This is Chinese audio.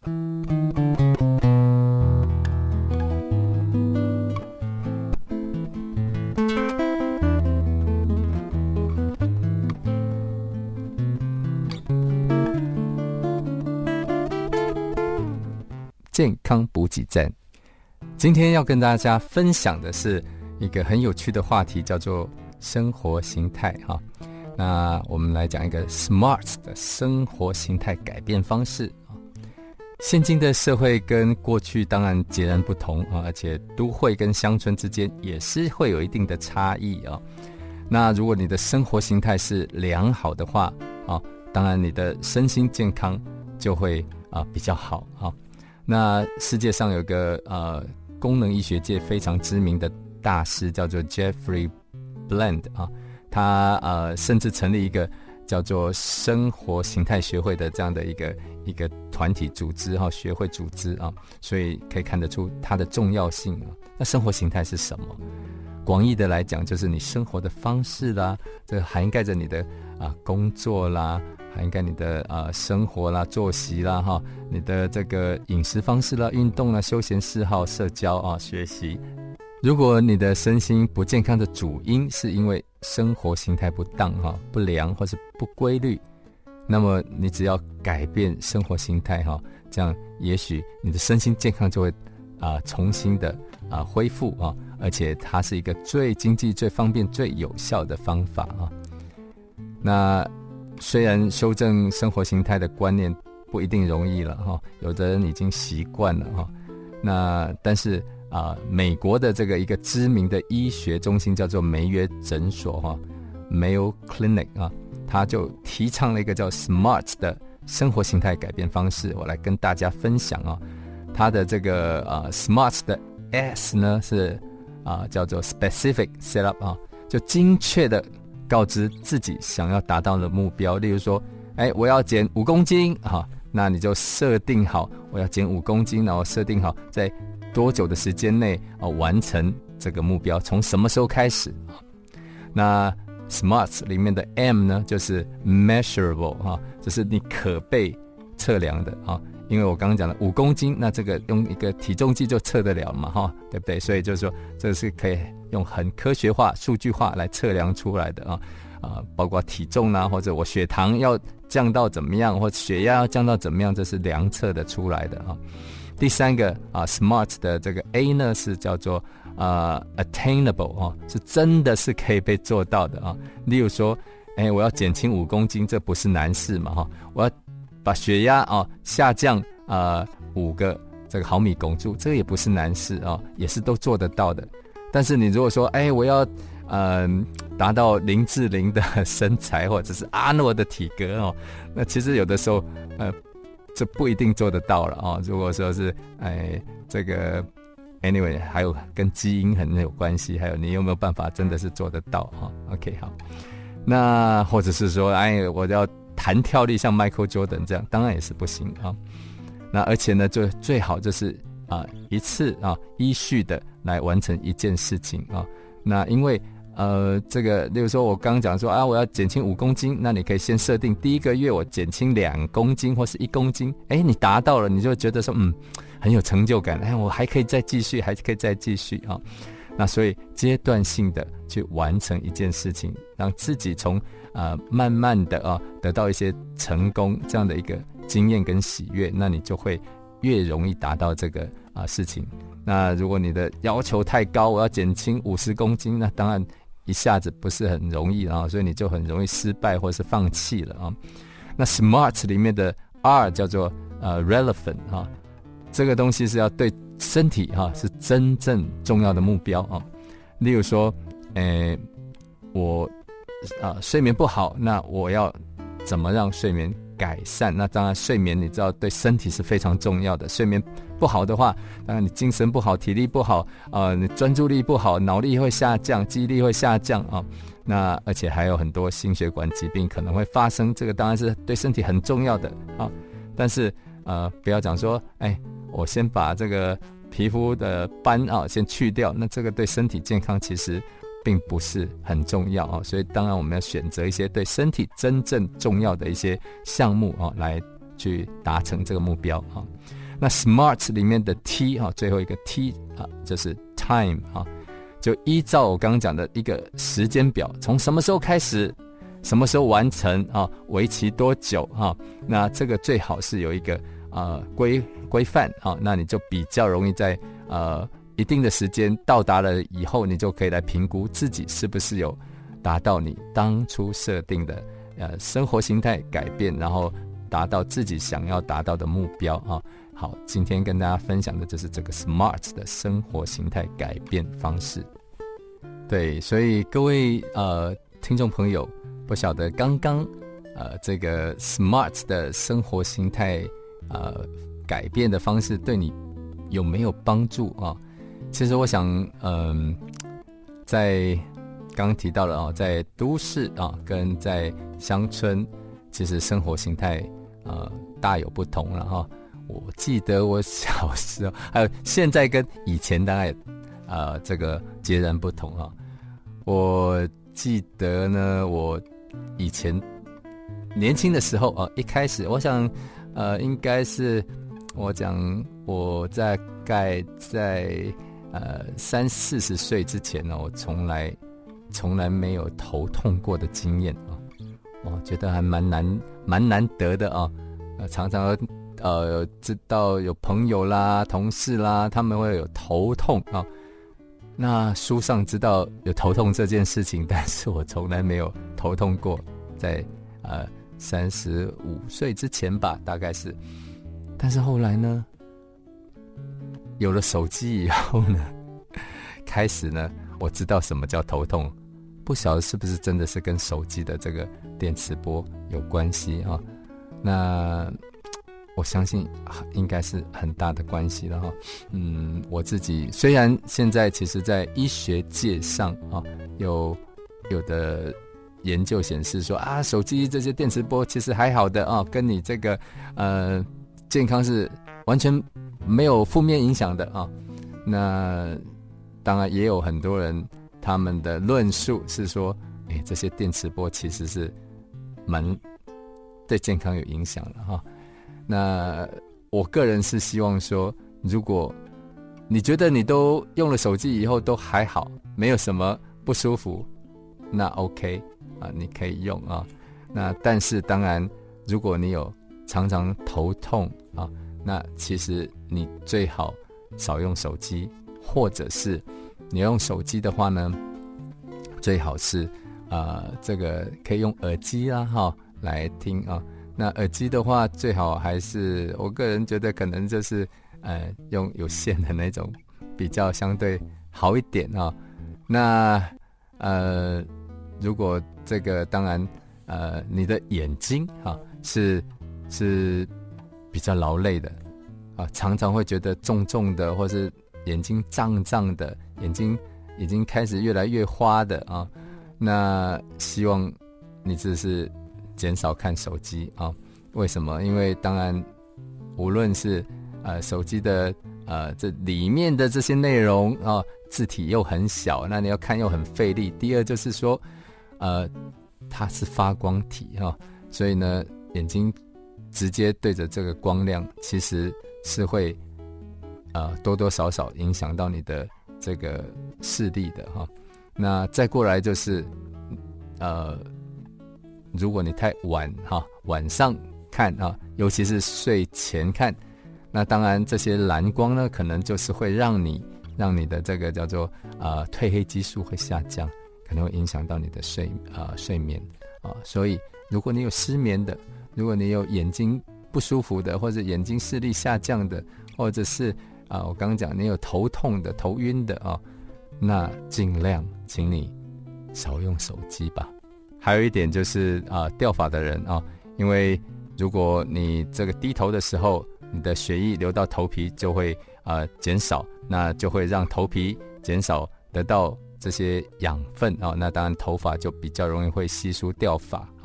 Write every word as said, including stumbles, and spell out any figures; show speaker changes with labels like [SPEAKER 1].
[SPEAKER 1] 健康补给站，今天要跟大家分享的是一个很有趣的话题，叫做生活形态哈。那我们来讲一个 SMART 的生活形态改变方式。现今的社会跟过去当然截然不同啊，而且都会跟乡村之间也是会有一定的差异啊。那如果你的生活形态是良好的话啊，当然你的身心健康就会啊比较好啊。那世界上有个呃功能医学界非常知名的大师叫做 Jeffrey Bland 啊，他呃甚至成立一个叫做生活形态学会的这样的一个一个团体组织哈、啊，学会组织啊，所以可以看得出它的重要性啊。那生活形态是什么？广义的来讲，就是你生活的方式啦，这涵盖着你的啊工作啦。涵盖你的呃生活啦、作息啦、哈，你的这个饮食方式啦、运动啦、休闲嗜好、社交啊、学习。如果你的身心不健康的主因是因为生活形态不当哈、不良或是不规律，那么你只要改变生活形态哈，这样也许你的身心健康就会啊、呃、重新的啊、呃、恢复啊，而且它是一个最经济、最方便、最有效的方法啊。那虽然修正生活形态的观念不一定容易了哈，有的人已经习惯了哈。那但是啊、呃，美国的这个一个知名的医学中心叫做梅约诊所哈 ，Mayo Clinic 啊，他就提倡了一个叫 SMART 的生活形态改变方式，我来跟大家分享啊。他的这个呃 SMART 的 S 呢是啊、呃、叫做 Specific Set Up 啊，就精确的告知自己想要达到的目标，例如说，哎，我要减五公斤哈，那你就设定好我要减五公斤，然后设定好在多久的时间内啊完成这个目标，从什么时候开始啊？那 SMART 里面的 M 呢，就是 measurable 哈，这是你可被测量的啊。因为我刚刚讲了五公斤，那这个用一个体重计就测得了嘛，哈，对不对？所以就是说，这是可以用很科学化、数据化来测量出来的啊，啊，包括体重啦、啊，或者我血糖要降到怎么样，或者血压要降到怎么样，这是量测的出来的啊。第三个啊 ，SMART 的这个 A 呢是叫做呃 attainable 啊，是真的是可以被做到的啊。例如说，哎，我要减轻五公斤，这不是难事嘛，哈，我要把血压啊下降呃五个这个毫米汞柱，这个也不是难事啊，也是都做得到的。但是你如果说，哎，我要呃达到林志玲的身材，或者是阿诺的体格哦，那其实有的时候呃这不一定做得到了啊。如果说是哎这个 anyway 还有跟基因很有关系，还有你有没有办法真的是做得到哈、哦、？OK 好，那或者是说，哎，我要弹跳力像 Michael Jordan 这样，当然也是不行啊。那而且呢，就最好就是啊、呃、一次啊依序的来完成一件事情啊。那因为呃这个，例如说我刚刚讲说啊，我要减轻五公斤，那你可以先设定第一个月我减轻两公斤或是一公斤，哎，你达到了，你就觉得说嗯很有成就感，哎，我还可以再继续，还可以再继续啊。那所以阶段性的去完成一件事情，让自己从呃慢慢的啊得到一些成功这样的一个经验跟喜悦，那你就会越容易达到这个啊事情。那如果你的要求太高，我要减轻五十公斤，那当然一下子不是很容易啊，所以你就很容易失败或是放弃了啊。那 SMART 里面的 R 叫做呃 relevant 啊，这个东西是要对身体哈、啊、是真正重要的目标啊。例如说，诶，我啊睡眠不好，那我要怎么让睡眠改善？那当然，睡眠你知道对身体是非常重要的。睡眠不好的话，当然你精神不好，体力不好，呃，你专注力不好，脑力会下降，记忆力会下降啊。那而且还有很多心血管疾病可能会发生，这个当然是对身体很重要的啊。但是呃，不要讲说，哎，我先把这个皮肤的斑啊先去掉，那这个对身体健康其实并不是很重要啊。所以当然我们要选择一些对身体真正重要的一些项目啊，来去达成这个目标啊。那 SMART 里面的 T 啊，最后一个 T 啊，就是 time 啊，就依照我刚刚讲的一个时间表，从什么时候开始，什么时候完成啊，为期多久啊？那这个最好是有一个呃规规范啊，那你就比较容易在呃一定的时间到达了以后，你就可以来评估自己是不是有达到你当初设定的呃生活形态改变，然后达到自己想要达到的目标啊。好，今天跟大家分享的就是这个 SMART 的生活形态改变方式。对，所以各位呃听众朋友，不晓得刚刚呃这个 SMART 的生活形态呃改变的方式对你有没有帮助啊？其实我想，嗯、呃，在刚刚提到了啊，在都市啊跟在乡村，其实生活形态呃大有不同了哈。我记得我小时候，还有现在跟以前大概呃这个截然不同啊。我记得呢，我以前年轻的时候啊，一开始我想呃应该是我讲我大概在呃三四十岁之前呢，我从来从来没有头痛过的经验啊，我觉得还蛮难蛮难得的啊，呃常常。呃，知道有朋友啦、同事啦，他们会有头痛啊。那书上知道有头痛这件事情，但是我从来没有头痛过，在呃三十五岁之前吧，大概是。但是后来呢，有了手机以后呢，开始呢，我知道什么叫头痛。不晓得是不是真的是跟手机的这个电磁波有关系啊？那。我相信应该是很大的关系了哈。嗯，我自己虽然现在其实在医学界上啊，有有的研究显示说啊，手机这些电磁波其实还好的啊，跟你这个呃健康是完全没有负面影响的啊。那当然也有很多人他们的论述是说，哎，这些电磁波其实是蛮对健康有影响的哈。那我个人是希望说，如果你觉得你都用了手机以后都还好，没有什么不舒服，那 OK 啊，你可以用啊。那但是当然，如果你有常常头痛啊，那其实你最好少用手机，或者是你用手机的话呢，最好是呃这个可以用耳机啊哈来听啊。那耳机的话，最好还是我个人觉得可能就是呃用有线的那种比较相对好一点啊。那呃如果这个当然呃你的眼睛啊是是比较劳累的啊，常常会觉得重重的，或是眼睛胀胀的，眼睛已经开始越来越花的啊，那希望你只是减少看手机啊。为什么？因为当然无论是呃手机的呃这里面的这些内容啊，字体又很小，那你要看又很费力。第二就是说呃它是发光体啊，所以呢眼睛直接对着这个光亮，其实是会呃多多少少影响到你的这个视力的哈。那再过来就是呃如果你太晚哈，晚上看啊，尤其是睡前看，那当然这些蓝光呢，可能就是会让你让你的这个叫做呃褪黑激素会下降，可能会影响到你的睡啊、呃、睡眠啊。所以如果你有失眠的，如果你有眼睛不舒服的，或者眼睛视力下降的，或者是啊、呃、我刚刚讲你有头痛的、头晕的啊，那尽量请你少用手机吧。还有一点就是啊、呃，掉发的人啊，因为如果你这个低头的时候，你的血液流到头皮就会呃减少，那就会让头皮减少得到这些养分啊，那当然头发就比较容易会稀疏掉发